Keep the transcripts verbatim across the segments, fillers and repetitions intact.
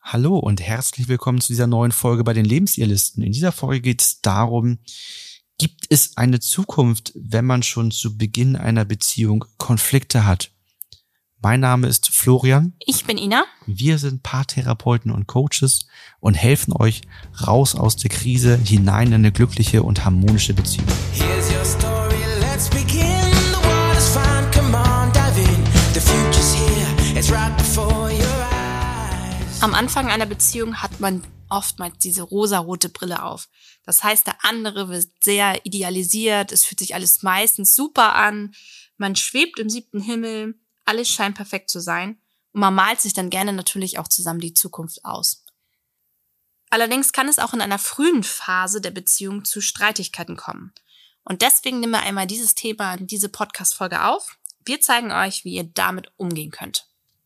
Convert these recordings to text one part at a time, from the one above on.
Hallo und herzlich willkommen zu dieser neuen Folge bei den Lebensirrlisten. In dieser Folge geht es darum, gibt es eine Zukunft, wenn man schon zu Beginn einer Beziehung Konflikte hat? Mein Name ist Florian. Ich bin Ina. Wir sind Paartherapeuten und Coaches und helfen euch raus aus der Krise hinein in eine glückliche und harmonische Beziehung. Here's your story, let's begin. The water's fine, come on, dive in. The future's here, it's right before your eyes. Am Anfang einer Beziehung hat man oftmals diese rosarote Brille auf. Das heißt, der andere wird sehr idealisiert, es fühlt sich alles meistens super an, man schwebt im siebten Himmel, alles scheint perfekt zu sein und man malt sich dann gerne natürlich auch zusammen die Zukunft aus. Allerdings kann es auch in einer frühen Phase der Beziehung zu Streitigkeiten kommen. Und deswegen nehmen wir einmal dieses Thema in diese Podcast-Folge auf. Wir zeigen euch, wie ihr damit umgehen könnt.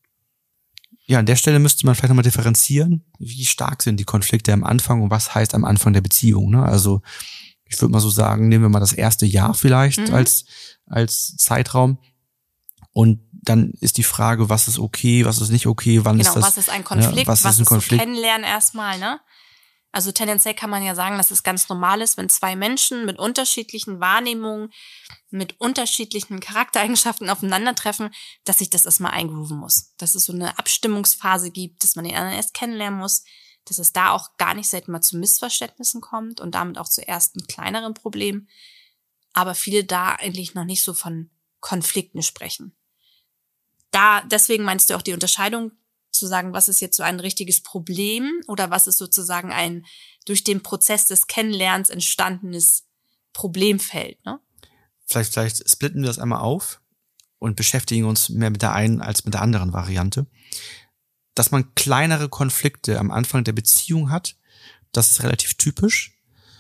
Ja, an der Stelle müsste man vielleicht nochmal differenzieren, wie stark sind die Konflikte am Anfang und was heißt am Anfang der Beziehung. Ne? Also ich würde mal so sagen, nehmen wir mal das erste Jahr vielleicht mhm. als als Zeitraum und dann ist die Frage, was ist okay, was ist nicht okay, wann genau, ist das? Was ist ein Konflikt, ja, was, was ist ein ist Konflikt? so Kennenlernen erstmal, ne? Also tendenziell kann man ja sagen, dass es ganz normal ist, wenn zwei Menschen mit unterschiedlichen Wahrnehmungen, mit unterschiedlichen Charaktereigenschaften aufeinandertreffen, dass sich das erstmal eingrooven muss. Dass es so eine Abstimmungsphase gibt, dass man den anderen erst kennenlernen muss, dass es da auch gar nicht selten mal zu Missverständnissen kommt und damit auch zu ersten kleineren Problemen. Aber viele da eigentlich noch nicht so von Konflikten sprechen. Da, deswegen meinst du auch die Unterscheidung, zu sagen, was ist jetzt so ein richtiges Problem oder was ist sozusagen ein durch den Prozess des Kennenlernens entstandenes Problemfeld, ne? Vielleicht, vielleicht splitten wir das einmal auf und beschäftigen uns mehr mit der einen als mit der anderen Variante. Dass man kleinere Konflikte am Anfang der Beziehung hat, das ist relativ typisch.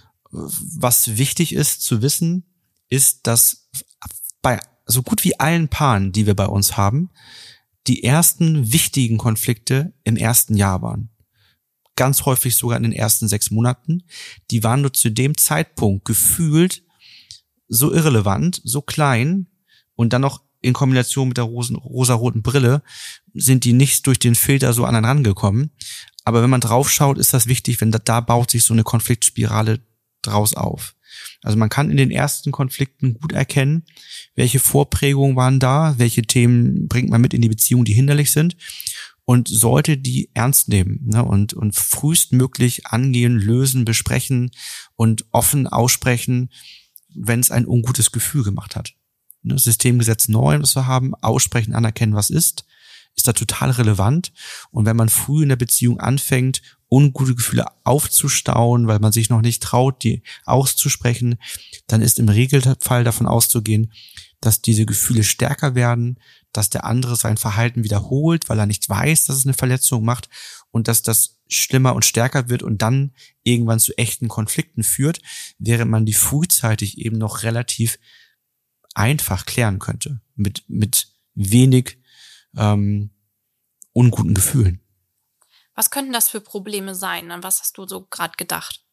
Was wichtig ist zu wissen, ist, dass bei so gut wie allen Paaren, die wir bei uns haben, die ersten wichtigen Konflikte im ersten Jahr waren. Ganz häufig sogar in den ersten sechs Monaten. Die waren nur zu dem Zeitpunkt gefühlt so irrelevant, so klein und dann noch in Kombination mit der rosen, rosaroten Brille sind die nicht durch den Filter so aneinander rangekommen. Aber wenn man drauf schaut, ist das wichtig, wenn da, da baut sich so eine Konfliktspirale draus auf. Also man kann in den ersten Konflikten gut erkennen, welche Vorprägungen waren da, welche Themen bringt man mit in die Beziehung, die hinderlich sind und sollte die ernst nehmen, ne, und und frühestmöglich angehen, lösen, besprechen und offen aussprechen, wenn es ein ungutes Gefühl gemacht hat. Ne, Systemgesetz neun, was wir haben, aussprechen, anerkennen, was ist, ist da total relevant. Und wenn man früh in der Beziehung anfängt, ungute Gefühle aufzustauen, weil man sich noch nicht traut, die auszusprechen, dann ist im Regelfall davon auszugehen, dass diese Gefühle stärker werden, dass der andere sein Verhalten wiederholt, weil er nicht weiß, dass es eine Verletzung macht und dass das schlimmer und stärker wird und dann irgendwann zu echten Konflikten führt, während man die frühzeitig eben noch relativ einfach klären könnte, mit mit wenig ähm, unguten Gefühlen. Was könnten das für Probleme sein? An was hast du so gerade gedacht?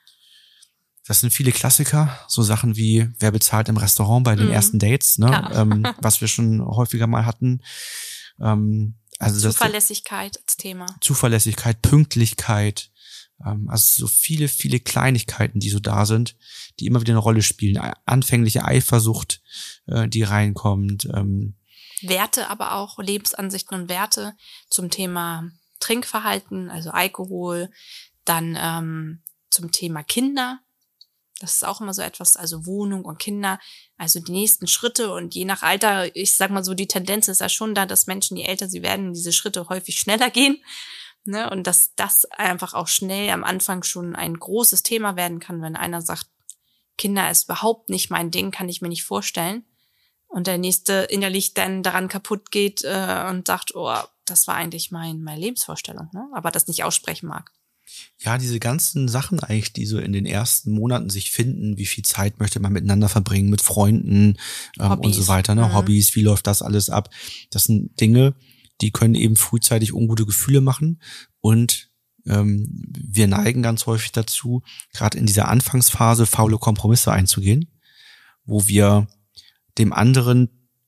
Das sind viele Klassiker, so Sachen wie, wer bezahlt im Restaurant bei den mm. ersten Dates, ne, ähm, was wir schon häufiger mal hatten. Ähm, also Zuverlässigkeit als Thema. Zuverlässigkeit, Pünktlichkeit, ähm, also so viele, viele Kleinigkeiten, die so da sind, die immer wieder eine Rolle spielen. Anfängliche Eifersucht, äh, die reinkommt. Ähm, Werte aber auch, Lebensansichten und Werte zum Thema Trinkverhalten, also Alkohol, dann ähm, zum Thema Kinder. Das ist auch immer so etwas, also Wohnung und Kinder, also die nächsten Schritte und je nach Alter, ich sag mal so, die Tendenz ist ja schon da, dass Menschen, je älter sie werden, diese Schritte häufig schneller gehen, ne, und dass das einfach auch schnell am Anfang schon ein großes Thema werden kann, wenn einer sagt, Kinder ist überhaupt nicht mein Ding, kann ich mir nicht vorstellen. Und der nächste innerlich dann daran kaputt geht äh, und sagt, oh, das war eigentlich mein meine Lebensvorstellung, ne? Aber das nicht aussprechen mag. Ja, diese ganzen Sachen eigentlich, die so in den ersten Monaten sich finden, wie viel Zeit möchte man miteinander verbringen, mit Freunden ähm, und so weiter, ne? Mhm. Hobbys, wie läuft das alles ab? Das sind Dinge, die können eben frühzeitig ungute Gefühle machen und ähm, wir neigen ganz häufig dazu, gerade in dieser Anfangsphase faule Kompromisse einzugehen, wo wir dem anderen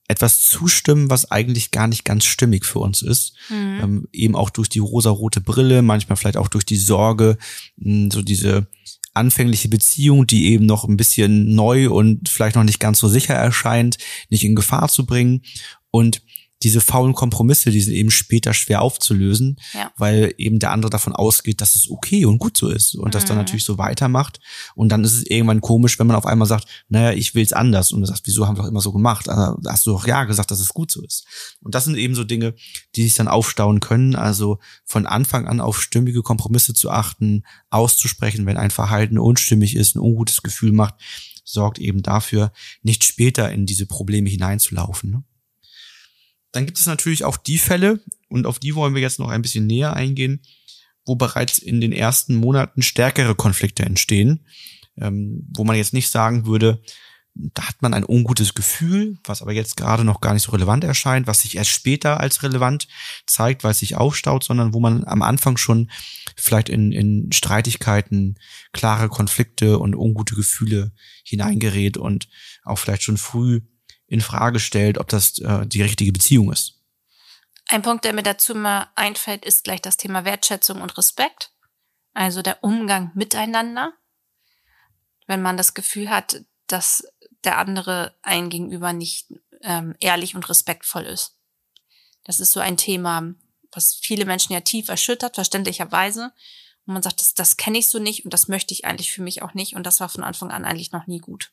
etwas zustimmen, was eigentlich gar nicht ganz stimmig für uns ist. Mhm. Ähm, eben auch durch die rosarote Brille, manchmal vielleicht auch durch die Sorge, mh, so diese anfängliche Beziehung, die eben noch ein bisschen neu und vielleicht noch nicht ganz so sicher erscheint, nicht in Gefahr zu bringen. Und diese faulen Kompromisse, die sind eben später schwer aufzulösen, ja. weil eben der andere davon ausgeht, dass es okay und gut so ist und mhm. das dann natürlich so weitermacht. Und dann ist es irgendwann komisch, wenn man auf einmal sagt, naja, ich will's anders. Und du sagst, wieso haben wir doch immer so gemacht? Also, da hast du doch ja gesagt, dass es gut so ist. Und das sind eben so Dinge, die sich dann aufstauen können. Also von Anfang an auf stimmige Kompromisse zu achten, auszusprechen, wenn ein Verhalten unstimmig ist, ein ungutes Gefühl macht, sorgt eben dafür, nicht später in diese Probleme hineinzulaufen, ne? Dann gibt es natürlich auch die Fälle, und auf die wollen wir jetzt noch ein bisschen näher eingehen, wo bereits in den ersten Monaten stärkere Konflikte entstehen, ähm, wo man jetzt nicht sagen würde, da hat man ein ungutes Gefühl, was aber jetzt gerade noch gar nicht so relevant erscheint, was sich erst später als relevant zeigt, weil es sich aufstaut, sondern wo man am Anfang schon vielleicht in, in Streitigkeiten, klare Konflikte und ungute Gefühle hineingerät und auch vielleicht schon früh in Frage stellt, ob das äh, die richtige Beziehung ist. Ein Punkt, der mir dazu mal einfällt, ist gleich das Thema Wertschätzung und Respekt. Also der Umgang miteinander. Wenn man das Gefühl hat, dass der andere einen gegenüber nicht ähm, ehrlich und respektvoll ist. Das ist so ein Thema, was viele Menschen ja tief erschüttert, verständlicherweise. Und man sagt, das, das kenne ich so nicht und das möchte ich eigentlich für mich auch nicht. Und das war von Anfang an eigentlich noch nie gut.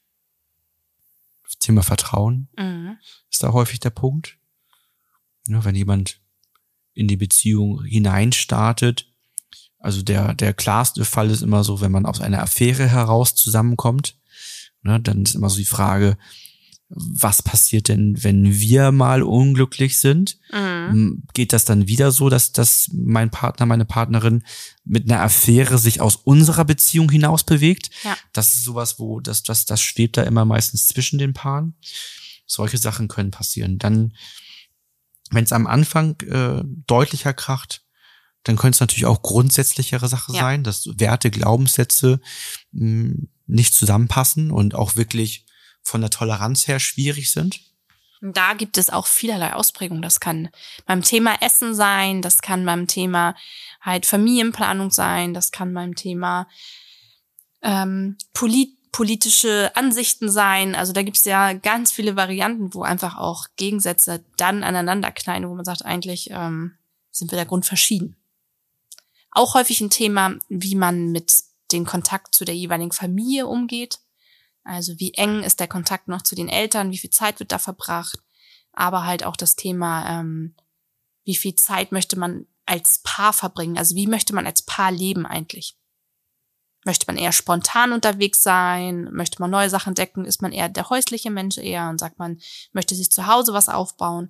Das Thema Vertrauen Mhm. ist da häufig der Punkt. Ja, wenn jemand in die Beziehung hineinstartet, also der der klarste Fall ist immer so, wenn man aus einer Affäre heraus zusammenkommt, ne, dann ist immer so die Frage, was passiert denn, wenn wir mal unglücklich sind? Mhm. Geht das dann wieder so, dass, dass mein Partner, meine Partnerin mit einer Affäre sich aus unserer Beziehung hinaus bewegt? Ja. Das ist sowas, wo das, das, das schwebt da immer meistens zwischen den Paaren. Solche Sachen können passieren. Dann, wenn es am Anfang äh, deutlicher kracht, dann können es natürlich auch grundsätzlichere Sachen ja. sein, dass Werte, Glaubenssätze mh, nicht zusammenpassen und auch wirklich von der Toleranz her schwierig sind. Da gibt es auch vielerlei Ausprägungen. Das kann beim Thema Essen sein, das kann beim Thema halt Familienplanung sein, das kann beim Thema ähm, polit- politische Ansichten sein. Also da gibt es ja ganz viele Varianten, wo einfach auch Gegensätze dann aneinander knallen, wo man sagt, eigentlich ähm, sind wir da grundverschieden. Auch häufig ein Thema, wie man mit dem Kontakt zu der jeweiligen Familie umgeht. Also wie eng ist der Kontakt noch zu den Eltern, wie viel Zeit wird da verbracht, aber halt auch das Thema, ähm, wie viel Zeit möchte man als Paar verbringen, also wie möchte man als Paar leben eigentlich? Möchte man eher spontan unterwegs sein, möchte man neue Sachen entdecken, ist man eher der häusliche Mensch eher und sagt man, möchte sich zu Hause was aufbauen?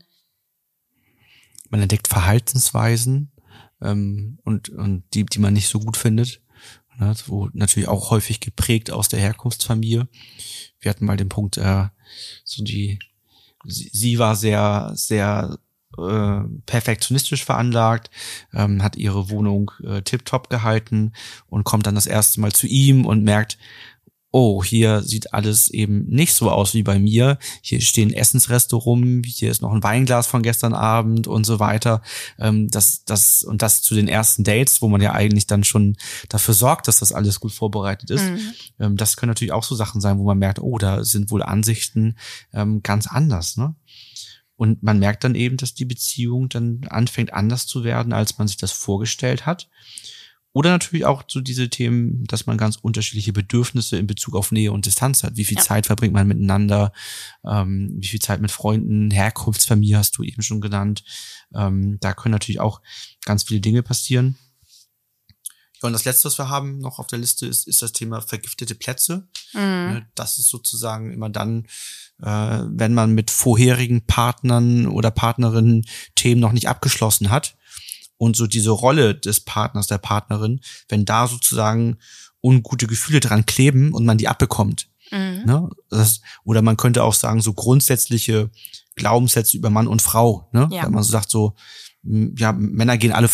Man entdeckt Verhaltensweisen ähm, und, und die, die man nicht so gut findet. Ne, wo natürlich auch häufig geprägt aus der Herkunftsfamilie. Wir hatten mal den Punkt, äh, so die, sie, sie war sehr, sehr äh, perfektionistisch veranlagt, ähm, hat ihre Wohnung äh, tipptopp gehalten und kommt dann das erste Mal zu ihm und merkt, oh, hier sieht alles eben nicht so aus wie bei mir. Hier stehen Essensreste rum, hier ist noch ein Weinglas von gestern Abend und so weiter. Ähm, das, das, und das zu den ersten Dates, wo man ja eigentlich dann schon dafür sorgt, dass das alles gut vorbereitet ist. Mhm. Ähm, das können natürlich auch so Sachen sein, wo man merkt, oh, da sind wohl Ansichten ähm, ganz anders, ne? Und man merkt dann eben, dass die Beziehung dann anfängt anders zu werden, als man sich das vorgestellt hat. Oder natürlich auch so diese Themen, dass man ganz unterschiedliche Bedürfnisse in Bezug auf Nähe und Distanz hat. Wie viel ja. Zeit verbringt man miteinander? Ähm, wie viel Zeit mit Freunden? Herkunftsfamilie hast du eben schon genannt. Ähm, da können natürlich auch ganz viele Dinge passieren. Ja, und das Letzte, was wir haben noch auf der Liste, ist, ist das Thema vergiftete Plätze. Mhm. Das ist sozusagen immer dann, äh, wenn man mit vorherigen Partnern oder Partnerinnen Themen noch nicht abgeschlossen hat. Und so diese Rolle des Partners, der Partnerin, wenn da sozusagen ungute Gefühle dran kleben und man die abbekommt. Mhm. Ne? Das, oder man könnte auch sagen, so grundsätzliche Glaubenssätze über Mann und Frau. Ne? Ja. Wenn man so sagt, so, ja, Männer gehen alle fremd.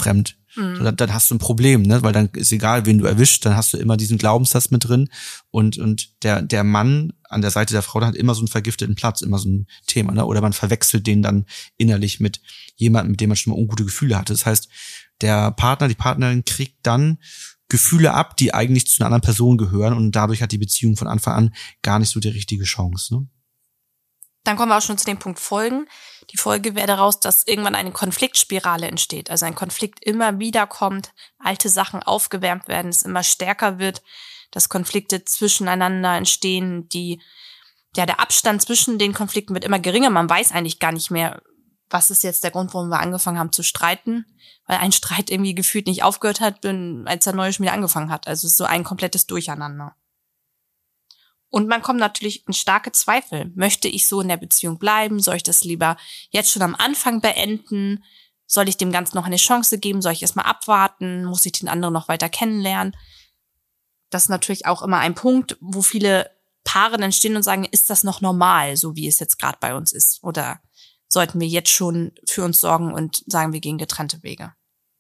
Mhm. So, dann, dann hast du ein Problem, ne? Weil dann ist egal, wen du erwischst, dann hast du immer diesen Glaubenssatz mit drin und und der der Mann an der Seite der Frau, der hat immer so einen vergifteten Platz, immer so ein Thema, ne? Oder man verwechselt den dann innerlich mit jemandem, mit dem man schon mal ungute Gefühle hatte. Das heißt, der Partner, die Partnerin kriegt dann Gefühle ab, die eigentlich zu einer anderen Person gehören und dadurch hat die Beziehung von Anfang an gar nicht so die richtige Chance, ne? Dann kommen wir auch schon zu dem Punkt Folgen. Die Folge wäre daraus, dass irgendwann eine Konfliktspirale entsteht. Also ein Konflikt immer wieder kommt, alte Sachen aufgewärmt werden, es immer stärker wird, dass Konflikte zwischeneinander entstehen, die, ja, der Abstand zwischen den Konflikten wird immer geringer. Man weiß eigentlich gar nicht mehr, was ist jetzt der Grund, warum wir angefangen haben zu streiten, weil ein Streit irgendwie gefühlt nicht aufgehört hat, als der neue schon wieder angefangen hat. Also es ist so ein komplettes Durcheinander. Und man kommt natürlich in starke Zweifel. Möchte ich so in der Beziehung bleiben? Soll ich das lieber jetzt schon am Anfang beenden? Soll ich dem Ganzen noch eine Chance geben? Soll ich erstmal abwarten? Muss ich den anderen noch weiter kennenlernen? Das ist natürlich auch immer ein Punkt, wo viele Paare dann stehen und sagen, ist das noch normal, so wie es jetzt gerade bei uns ist? Oder sollten wir jetzt schon für uns sorgen und sagen, wir gehen getrennte Wege?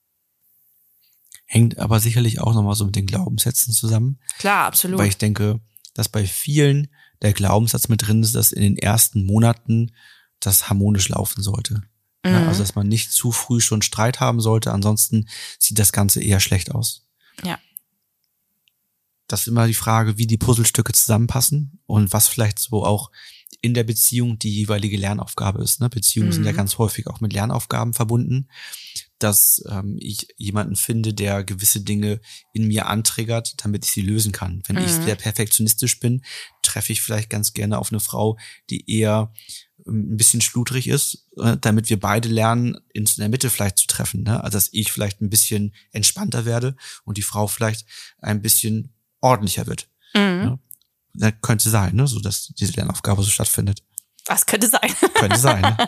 Hängt aber sicherlich auch nochmal so mit den Glaubenssätzen zusammen. Klar, absolut. Weil ich denke, dass bei vielen der Glaubenssatz mit drin ist, dass in den ersten Monaten das harmonisch laufen sollte. Mhm. Ja, also dass man nicht zu früh schon Streit haben sollte, ansonsten sieht das Ganze eher schlecht aus. Ja. Das ist immer die Frage, wie die Puzzlestücke zusammenpassen und was vielleicht so auch in der Beziehung die jeweilige Lernaufgabe ist. Ne? Beziehungen mhm. sind ja ganz häufig auch mit Lernaufgaben verbunden, dass ähm, ich jemanden finde, der gewisse Dinge in mir antriggert, damit ich sie lösen kann. Wenn mhm. ich sehr perfektionistisch bin, treffe ich vielleicht ganz gerne auf eine Frau, die eher ähm, ein bisschen schludrig ist, äh, damit wir beide lernen, in der Mitte vielleicht zu treffen. Ne? Also dass ich vielleicht ein bisschen entspannter werde und die Frau vielleicht ein bisschen ordentlicher wird. Mhm. Ne? Das könnte sein, ne? So dass diese Lernaufgabe so stattfindet. Das könnte sein. Könnte sein, ne?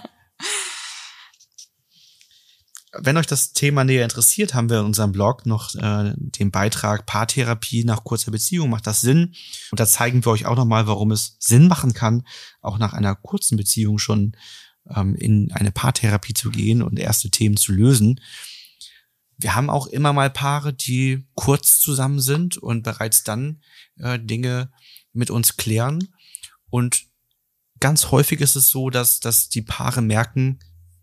Wenn euch das Thema näher interessiert, haben wir in unserem Blog noch äh, den Beitrag Paartherapie nach kurzer Beziehung. Macht das Sinn? Und da zeigen wir euch auch nochmal, warum es Sinn machen kann, auch nach einer kurzen Beziehung schon ähm, in eine Paartherapie zu gehen und erste Themen zu lösen. Wir haben auch immer mal Paare, die kurz zusammen sind und bereits dann äh, Dinge mit uns klären. Und ganz häufig ist es so, dass, dass die Paare merken,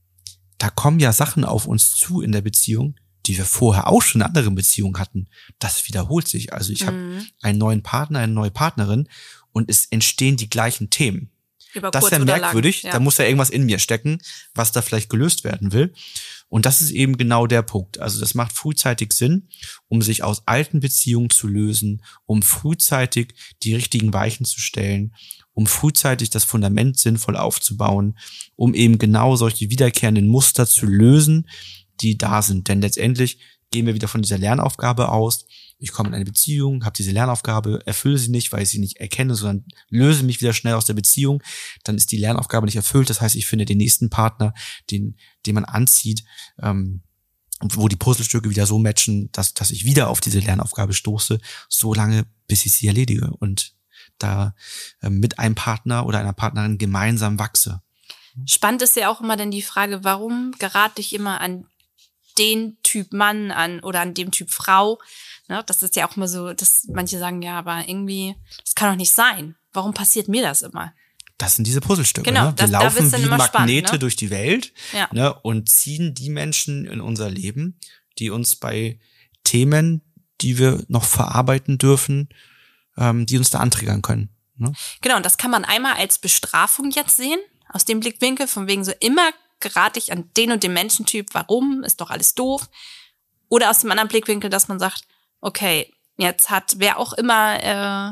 da kommen ja Sachen auf uns zu in der Beziehung, die wir vorher auch schon in anderen Beziehungen hatten. Das wiederholt sich. Also ich mhm. habe einen neuen Partner, eine neue Partnerin und es entstehen die gleichen Themen. Über das ist ja merkwürdig. Ja. Da muss ja irgendwas in mir stecken, was da vielleicht gelöst werden will. Und das ist eben genau der Punkt. Also das macht frühzeitig Sinn, um sich aus alten Beziehungen zu lösen, um frühzeitig die richtigen Weichen zu stellen, um frühzeitig das Fundament sinnvoll aufzubauen, um eben genau solche wiederkehrenden Muster zu lösen, die da sind. Denn letztendlich gehen wir wieder von dieser Lernaufgabe aus. Ich komme in eine Beziehung, habe diese Lernaufgabe, erfülle sie nicht, weil ich sie nicht erkenne, sondern löse mich wieder schnell aus der Beziehung. Dann ist die Lernaufgabe nicht erfüllt. Das heißt, ich finde den nächsten Partner, den, den man anzieht, ähm, wo die Puzzlestücke wieder so matchen, dass, dass ich wieder auf diese Lernaufgabe stoße, so lange, bis ich sie erledige und da äh, mit einem Partner oder einer Partnerin gemeinsam wachse. Spannend ist ja auch immer dann die Frage, warum gerate ich immer an den Typ Mann an oder an dem Typ Frau? Ne, das ist ja auch immer so, dass manche sagen, ja, aber irgendwie, das kann doch nicht sein. Warum passiert mir das immer? Das sind diese Puzzlestücke. Genau, ne? Wir das, laufen da wie immer Magnete spannend, ne? durch die Welt ja. ne? und ziehen die Menschen in unser Leben, die uns bei Themen, die wir noch verarbeiten dürfen, ähm, die uns da antriggern können. Ne? Genau, und das kann man einmal als Bestrafung jetzt sehen, aus dem Blickwinkel, von wegen so immer gerate ich an den und den Menschentyp, warum, ist doch alles doof. Oder aus dem anderen Blickwinkel, dass man sagt, okay, jetzt hat wer auch immer, äh,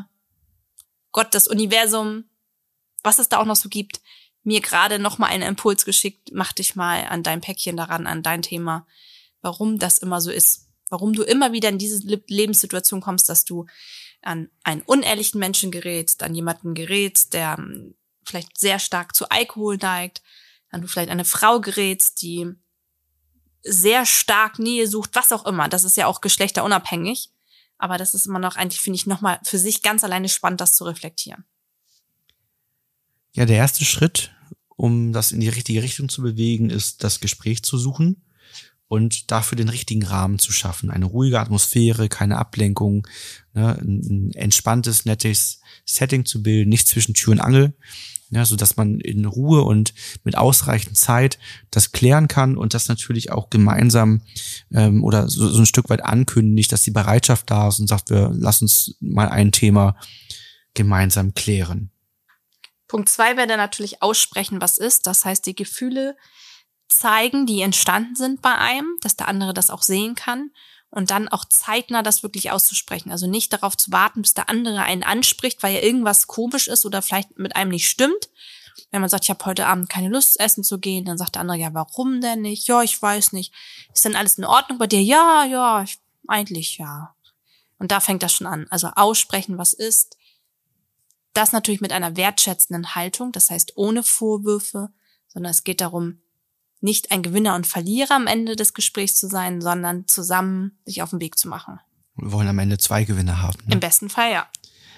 Gott, das Universum, was es da auch noch so gibt, mir gerade noch mal einen Impuls geschickt, mach dich mal an dein Päckchen daran, an dein Thema, warum das immer so ist. Warum du immer wieder in diese Lebenssituation kommst, dass du an einen unehrlichen Menschen gerätst, an jemanden gerätst, der um, vielleicht sehr stark zu Alkohol neigt, an du vielleicht eine Frau gerätst, die sehr stark Nähe sucht, was auch immer. Das ist ja auch geschlechterunabhängig. Aber das ist immer noch eigentlich, finde ich, nochmal für sich ganz alleine spannend, das zu reflektieren. Ja, der erste Schritt, um das in die richtige Richtung zu bewegen, ist, das Gespräch zu suchen. und dafür den richtigen Rahmen zu schaffen. Eine ruhige Atmosphäre, keine Ablenkung, ne, ein entspanntes, nettes Setting zu bilden, nicht zwischen Tür und Angel, ja, so dass man in Ruhe und mit ausreichend Zeit das klären kann und das natürlich auch gemeinsam ähm, oder so, so ein Stück weit ankündigt, dass die Bereitschaft da ist und sagt, wir lass uns mal ein Thema gemeinsam klären. Punkt zwei wäre dann natürlich aussprechen, was ist. Das heißt, die Gefühle zeigen, die entstanden sind bei einem, dass der andere das auch sehen kann und dann auch zeitnah das wirklich auszusprechen. Also nicht darauf zu warten, bis der andere einen anspricht, weil ja irgendwas komisch ist oder vielleicht mit einem nicht stimmt. Wenn man sagt, ich habe heute Abend keine Lust, essen zu gehen, dann sagt der andere, ja, warum denn nicht? Ja, ich weiß nicht. Ist denn alles in Ordnung bei dir? Ja, ja, ich, eigentlich ja. Und da fängt das schon an. Also aussprechen, was ist. Das natürlich mit einer wertschätzenden Haltung, das heißt ohne Vorwürfe, sondern es geht darum, nicht ein Gewinner und Verlierer am Ende des Gesprächs zu sein, sondern zusammen sich auf den Weg zu machen. Wir wollen am Ende zwei Gewinner haben. Ne? Im besten Fall, ja.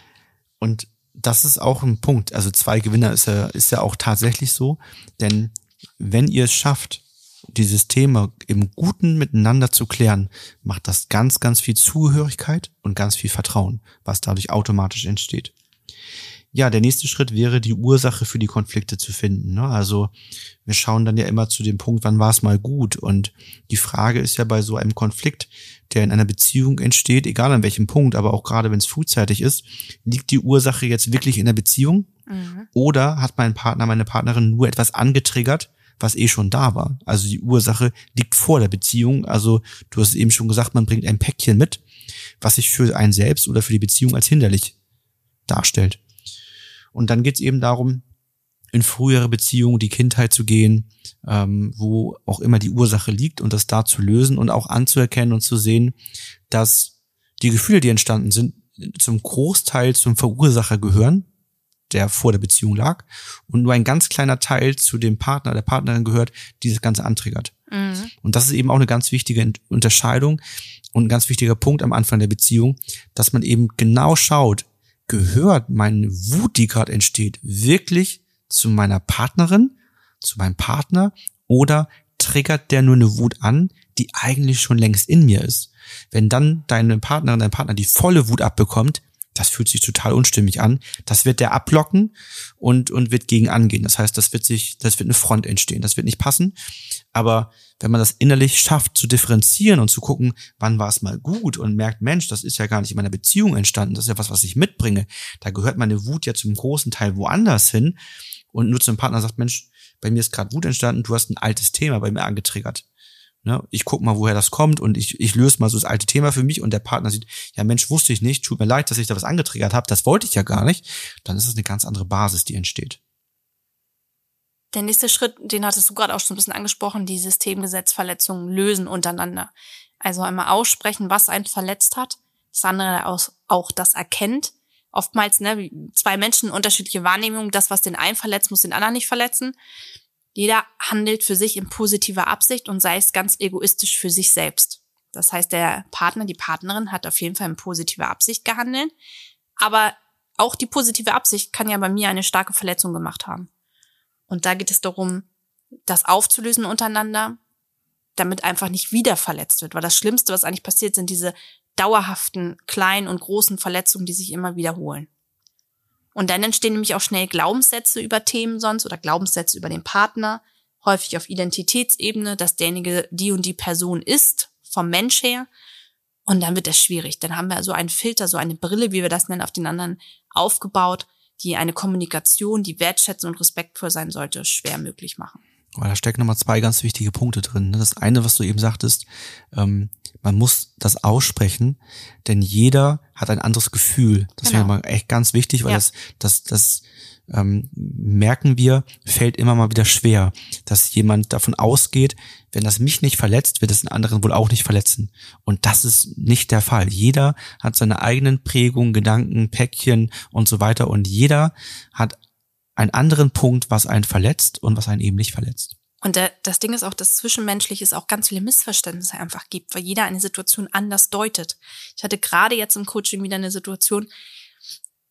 Und das ist auch ein Punkt. Also zwei Gewinner ist ja, ist ja auch tatsächlich so. Denn wenn ihr es schafft, dieses Thema im Guten miteinander zu klären, macht das ganz, ganz viel Zuhörigkeit und ganz viel Vertrauen, was dadurch automatisch entsteht. Ja, der nächste Schritt wäre, die Ursache für die Konflikte zu finden. Ne? Also wir schauen dann ja immer zu dem Punkt, wann war es mal gut? Und die Frage ist ja bei so einem Konflikt, der in einer Beziehung entsteht, egal an welchem Punkt, aber auch gerade wenn es frühzeitig ist, liegt die Ursache jetzt wirklich in der Beziehung? Mhm. Oder hat mein Partner, meine Partnerin nur etwas angetriggert, was eh schon da war? Also die Ursache liegt vor der Beziehung. Also du hast eben schon gesagt, man bringt ein Päckchen mit, was sich für einen selbst oder für die Beziehung als hinderlich darstellt. Und dann geht es eben darum, in frühere Beziehungen, die Kindheit zu gehen, ähm, wo auch immer die Ursache liegt und das da zu lösen und auch anzuerkennen und zu sehen, dass die Gefühle, die entstanden sind, zum Großteil zum Verursacher gehören, der vor der Beziehung lag, und nur ein ganz kleiner Teil zu dem Partner, der Partnerin gehört, die das Ganze antriggert. Mhm. Und das ist eben auch eine ganz wichtige Unterscheidung und ein ganz wichtiger Punkt am Anfang der Beziehung, dass man eben genau schaut, gehört meine Wut, die gerade entsteht, wirklich zu meiner Partnerin, zu meinem Partner, oder triggert der nur eine Wut an, die eigentlich schon längst in mir ist? Wenn dann deine Partnerin, dein Partner die volle Wut abbekommt, das fühlt sich total unstimmig an, das wird der ablocken und und wird gegen angehen. Das heißt, das wird sich, das wird eine Front entstehen, das wird nicht passen. Aber wenn man das innerlich schafft zu differenzieren und zu gucken, wann war es mal gut und merkt, Mensch, das ist ja gar nicht in meiner Beziehung entstanden, das ist ja was, was ich mitbringe. Da gehört meine Wut ja zum großen Teil woanders hin, und nur zum Partner sagt, Mensch, bei mir ist gerade Wut entstanden, du hast ein altes Thema bei mir angetriggert. Ne? Ich guck mal, woher das kommt, und ich ich löse mal so das alte Thema für mich, und der Partner sieht, ja Mensch, wusste ich nicht, tut mir leid, dass ich da was angetriggert habe, das wollte ich ja gar nicht. Dann ist es eine ganz andere Basis, die entsteht. Der nächste Schritt, den hattest du gerade auch schon ein bisschen angesprochen, die Systemgesetzverletzungen lösen untereinander. Also einmal aussprechen, was einen verletzt hat, das andere auch das erkennt. Oftmals, ne, zwei Menschen, unterschiedliche Wahrnehmungen, das, was den einen verletzt, muss den anderen nicht verletzen. Jeder handelt für sich in positiver Absicht und sei es ganz egoistisch für sich selbst. Das heißt, der Partner, die Partnerin hat auf jeden Fall in positiver Absicht gehandelt, aber auch die positive Absicht kann ja bei mir eine starke Verletzung gemacht haben. Und da geht es darum, das aufzulösen untereinander, damit einfach nicht wieder verletzt wird. Weil das Schlimmste, was eigentlich passiert, sind diese dauerhaften kleinen und großen Verletzungen, die sich immer wiederholen. Und dann entstehen nämlich auch schnell Glaubenssätze über Themen sonst oder Glaubenssätze über den Partner, häufig auf Identitätsebene, dass derjenige die und die Person ist, vom Mensch her. Und dann wird das schwierig. Dann haben wir so einen Filter, so eine Brille, wie wir das nennen, auf den anderen aufgebaut, die eine Kommunikation, die wertschätzend und respektvoll sein sollte, schwer möglich machen. Aber da stecken nochmal zwei ganz wichtige Punkte drin. Das eine, was du eben sagtest, ähm, man muss das aussprechen, denn jeder hat ein anderes Gefühl. Das genau. wäre mal echt ganz wichtig, weil ja. das, das, das ähm, merken wir, fällt immer mal wieder schwer, dass jemand davon ausgeht, wenn das mich nicht verletzt, wird es den anderen wohl auch nicht verletzen. Und das ist nicht der Fall. Jeder hat seine eigenen Prägungen, Gedanken, Päckchen und so weiter, und jeder hat einen anderen Punkt, was einen verletzt und was einen eben nicht verletzt. Und der, das Ding ist auch, dass zwischenmenschlich es auch ganz viele Missverständnisse einfach gibt, weil jeder eine Situation anders deutet. Ich hatte gerade jetzt im Coaching wieder eine Situation,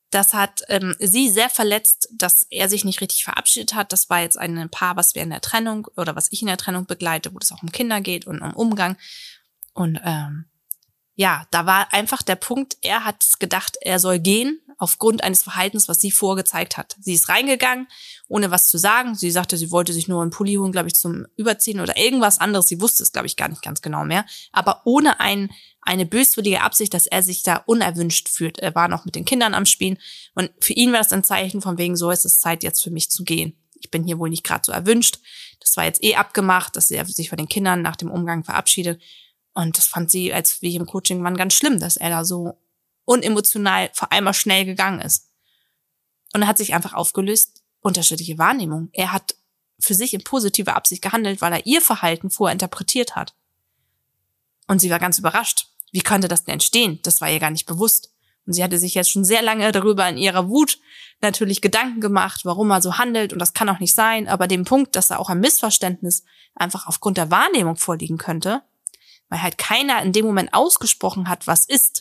Das hat ähm, sie sehr verletzt, dass er sich nicht richtig verabschiedet hat. Das war jetzt ein Paar, was wir in der Trennung oder was ich in der Trennung begleite, wo es auch um Kinder geht und um Umgang. Und ähm, ja, da war einfach der Punkt, er hat gedacht, er soll gehen aufgrund eines Verhaltens, was sie vorgezeigt hat. Sie ist reingegangen, ohne was zu sagen. Sie sagte, sie wollte sich nur einen Pulli holen, glaube ich, zum Überziehen oder irgendwas anderes. Sie wusste es, glaube ich, gar nicht ganz genau mehr. Aber ohne ein, eine böswillige Absicht, dass er sich da unerwünscht fühlt. Er war noch mit den Kindern am Spielen. Und für ihn war das ein Zeichen von wegen, so ist es Zeit jetzt für mich zu gehen. Ich bin hier wohl nicht gerade so erwünscht. Das war jetzt eh abgemacht, dass er sich von den Kindern nach dem Umgang verabschiedet. Und das fand sie, als wir im Coaching waren, ganz schlimm, dass er da so unemotional vor allem schnell gegangen ist. Und er hat sich einfach aufgelöst, unterschiedliche Wahrnehmungen. Er hat für sich in positiver Absicht gehandelt, weil er ihr Verhalten vorher interpretiert hat. Und sie war ganz überrascht. Wie konnte das denn entstehen? Das war ihr gar nicht bewusst. Und sie hatte sich jetzt schon sehr lange darüber in ihrer Wut natürlich Gedanken gemacht, warum er so handelt. Und das kann auch nicht sein. Aber dem Punkt, dass da auch ein Missverständnis einfach aufgrund der Wahrnehmung vorliegen könnte, weil halt keiner in dem Moment ausgesprochen hat, was ist,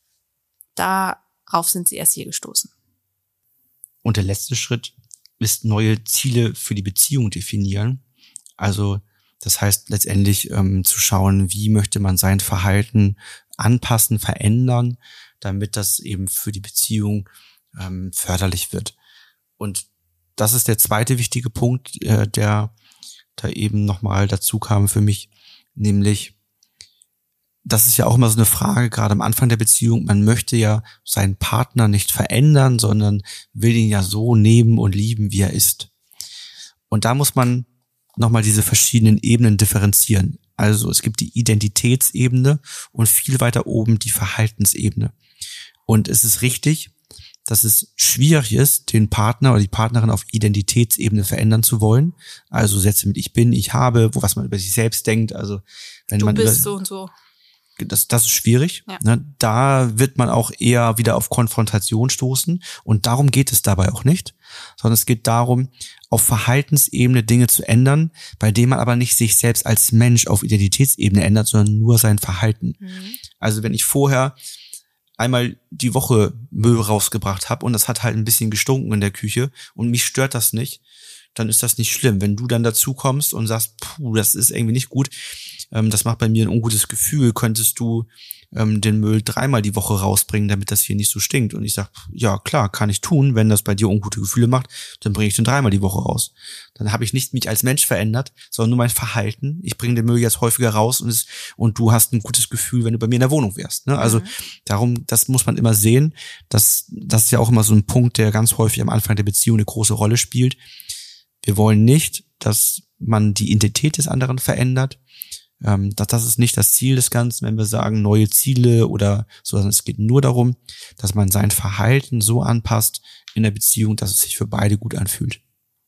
darauf sind sie erst hier gestoßen. Und der letzte Schritt ist neue Ziele für die Beziehung definieren. Also das heißt letztendlich ähm, zu schauen, wie möchte man sein Verhalten anpassen, verändern, damit das eben für die Beziehung ähm, förderlich wird. Und das ist der zweite wichtige Punkt, äh, der da eben nochmal dazu kam für mich, nämlich das ist ja auch immer so eine Frage, gerade am Anfang der Beziehung. Man möchte ja seinen Partner nicht verändern, sondern will ihn ja so nehmen und lieben, wie er ist. Und da muss man nochmal diese verschiedenen Ebenen differenzieren. Also es gibt die Identitätsebene und viel weiter oben die Verhaltensebene. Und es ist richtig, dass es schwierig ist, den Partner oder die Partnerin auf Identitätsebene verändern zu wollen. Also Sätze mit ich bin, ich habe, wo was man über sich selbst denkt. Also wenn du man bist über, so und so. Das, das ist schwierig. Ja. Ne? Da wird man auch eher wieder auf Konfrontation stoßen. Und darum geht es dabei auch nicht. Sondern es geht darum, auf Verhaltensebene Dinge zu ändern, bei denen man aber nicht sich selbst als Mensch auf Identitätsebene ändert, sondern nur sein Verhalten. Mhm. Also wenn ich vorher einmal die Woche Müll rausgebracht habe und das hat halt ein bisschen gestunken in der Küche und mich stört das nicht, dann ist das nicht schlimm. Wenn du dann dazu kommst und sagst, puh, das ist irgendwie nicht gut, ähm, das macht bei mir ein ungutes Gefühl, könntest du ähm, den Müll dreimal die Woche rausbringen, damit das hier nicht so stinkt. Und ich sag, ja klar, kann ich tun, wenn das bei dir ungute Gefühle macht, dann bringe ich den dreimal die Woche raus. Dann habe ich nicht mich als Mensch verändert, sondern nur mein Verhalten. Ich bringe den Müll jetzt häufiger raus und, es, und du hast ein gutes Gefühl, wenn du bei mir in der Wohnung wärst. Ne? Also mhm. darum, das muss man immer sehen. Das, das ist ja auch immer so ein Punkt, der ganz häufig am Anfang der Beziehung eine große Rolle spielt. Wir wollen nicht, dass man die Identität des anderen verändert. Ähm, das, das ist nicht das Ziel des Ganzen, wenn wir sagen neue Ziele oder so, sondern es geht nur darum, dass man sein Verhalten so anpasst in der Beziehung, dass es sich für beide gut anfühlt.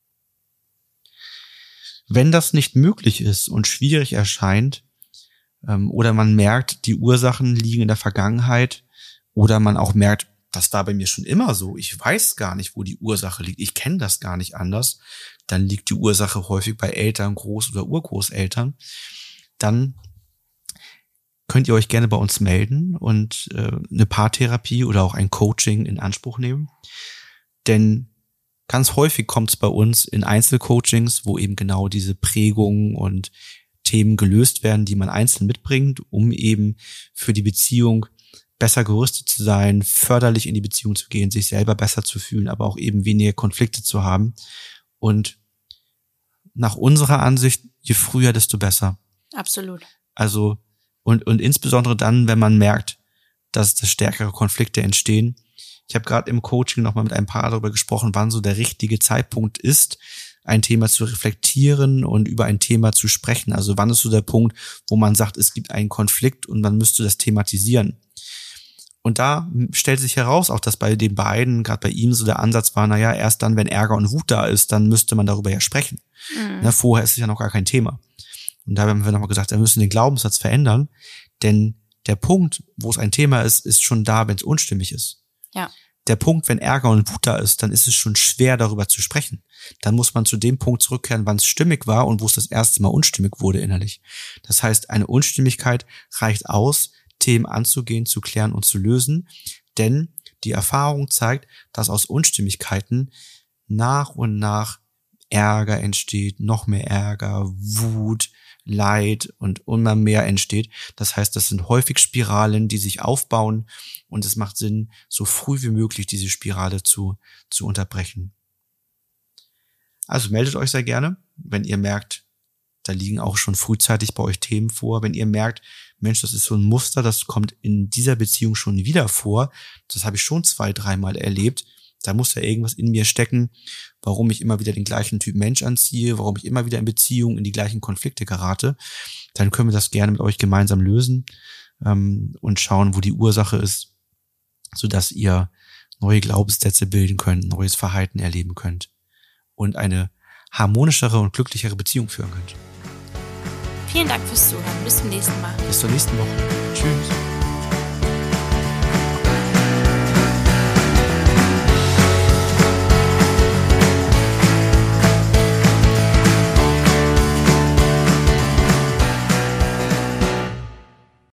Wenn das nicht möglich ist und schwierig erscheint, ähm, oder man merkt, die Ursachen liegen in der Vergangenheit, oder man auch merkt, das war bei mir schon immer so, ich weiß gar nicht, wo die Ursache liegt, ich kenne das gar nicht anders, dann liegt die Ursache häufig bei Eltern, Groß- oder Urgroßeltern, dann könnt ihr euch gerne bei uns melden und äh, eine Paartherapie oder auch ein Coaching in Anspruch nehmen. Denn ganz häufig kommt es bei uns in Einzelcoachings, wo eben genau diese Prägungen und Themen gelöst werden, die man einzeln mitbringt, um eben für die Beziehung besser gerüstet zu sein, förderlich in die Beziehung zu gehen, sich selber besser zu fühlen, aber auch eben weniger Konflikte zu haben. Und nach unserer Ansicht, je früher, desto besser. Absolut. Also, und, und insbesondere dann, wenn man merkt, dass, dass stärkere Konflikte entstehen. Ich habe gerade im Coaching nochmal mit einem Paar darüber gesprochen, wann so der richtige Zeitpunkt ist, ein Thema zu reflektieren und über ein Thema zu sprechen. Also wann ist so der Punkt, wo man sagt, es gibt einen Konflikt und man müsste das thematisieren. Und da stellt sich heraus, auch dass bei den beiden, gerade bei ihm so der Ansatz war, naja, erst dann, wenn Ärger und Wut da ist, dann müsste man darüber ja sprechen. Mhm. Na, vorher ist es ja noch gar kein Thema. Und da haben wir nochmal gesagt, wir müssen den Glaubenssatz verändern, denn der Punkt, wo es ein Thema ist, ist schon da, wenn es unstimmig ist. Ja. Der Punkt, wenn Ärger und Wut da ist, dann ist es schon schwer, darüber zu sprechen. Dann muss man zu dem Punkt zurückkehren, wann es stimmig war und wo es das erste Mal unstimmig wurde innerlich. Das heißt, eine Unstimmigkeit reicht aus, Themen anzugehen, zu klären und zu lösen, denn Die Erfahrung zeigt, dass aus Unstimmigkeiten nach und nach Ärger entsteht, noch mehr Ärger, Wut, Leid und immer mehr entsteht. Das heißt, das sind häufig Spiralen, die sich aufbauen und es macht Sinn, so früh wie möglich diese Spirale zu, zu unterbrechen. Also meldet euch sehr gerne, wenn ihr merkt, da liegen auch schon frühzeitig bei euch Themen vor. Wenn ihr merkt, Mensch, das ist so ein Muster, das kommt in dieser Beziehung schon wieder vor. Das habe ich schon zwei, dreimal erlebt. Da muss ja irgendwas in mir stecken, warum ich immer wieder den gleichen Typ Mensch anziehe, warum ich immer wieder in Beziehungen in die gleichen Konflikte gerate. Dann können wir das gerne mit euch gemeinsam lösen ähm, und schauen, wo die Ursache ist, sodass ihr neue Glaubenssätze bilden könnt, neues Verhalten erleben könnt und eine harmonischere und glücklichere Beziehung führen könnt. Vielen Dank fürs Zuhören. Bis zum nächsten Mal. Bis zur nächsten Woche. Tschüss.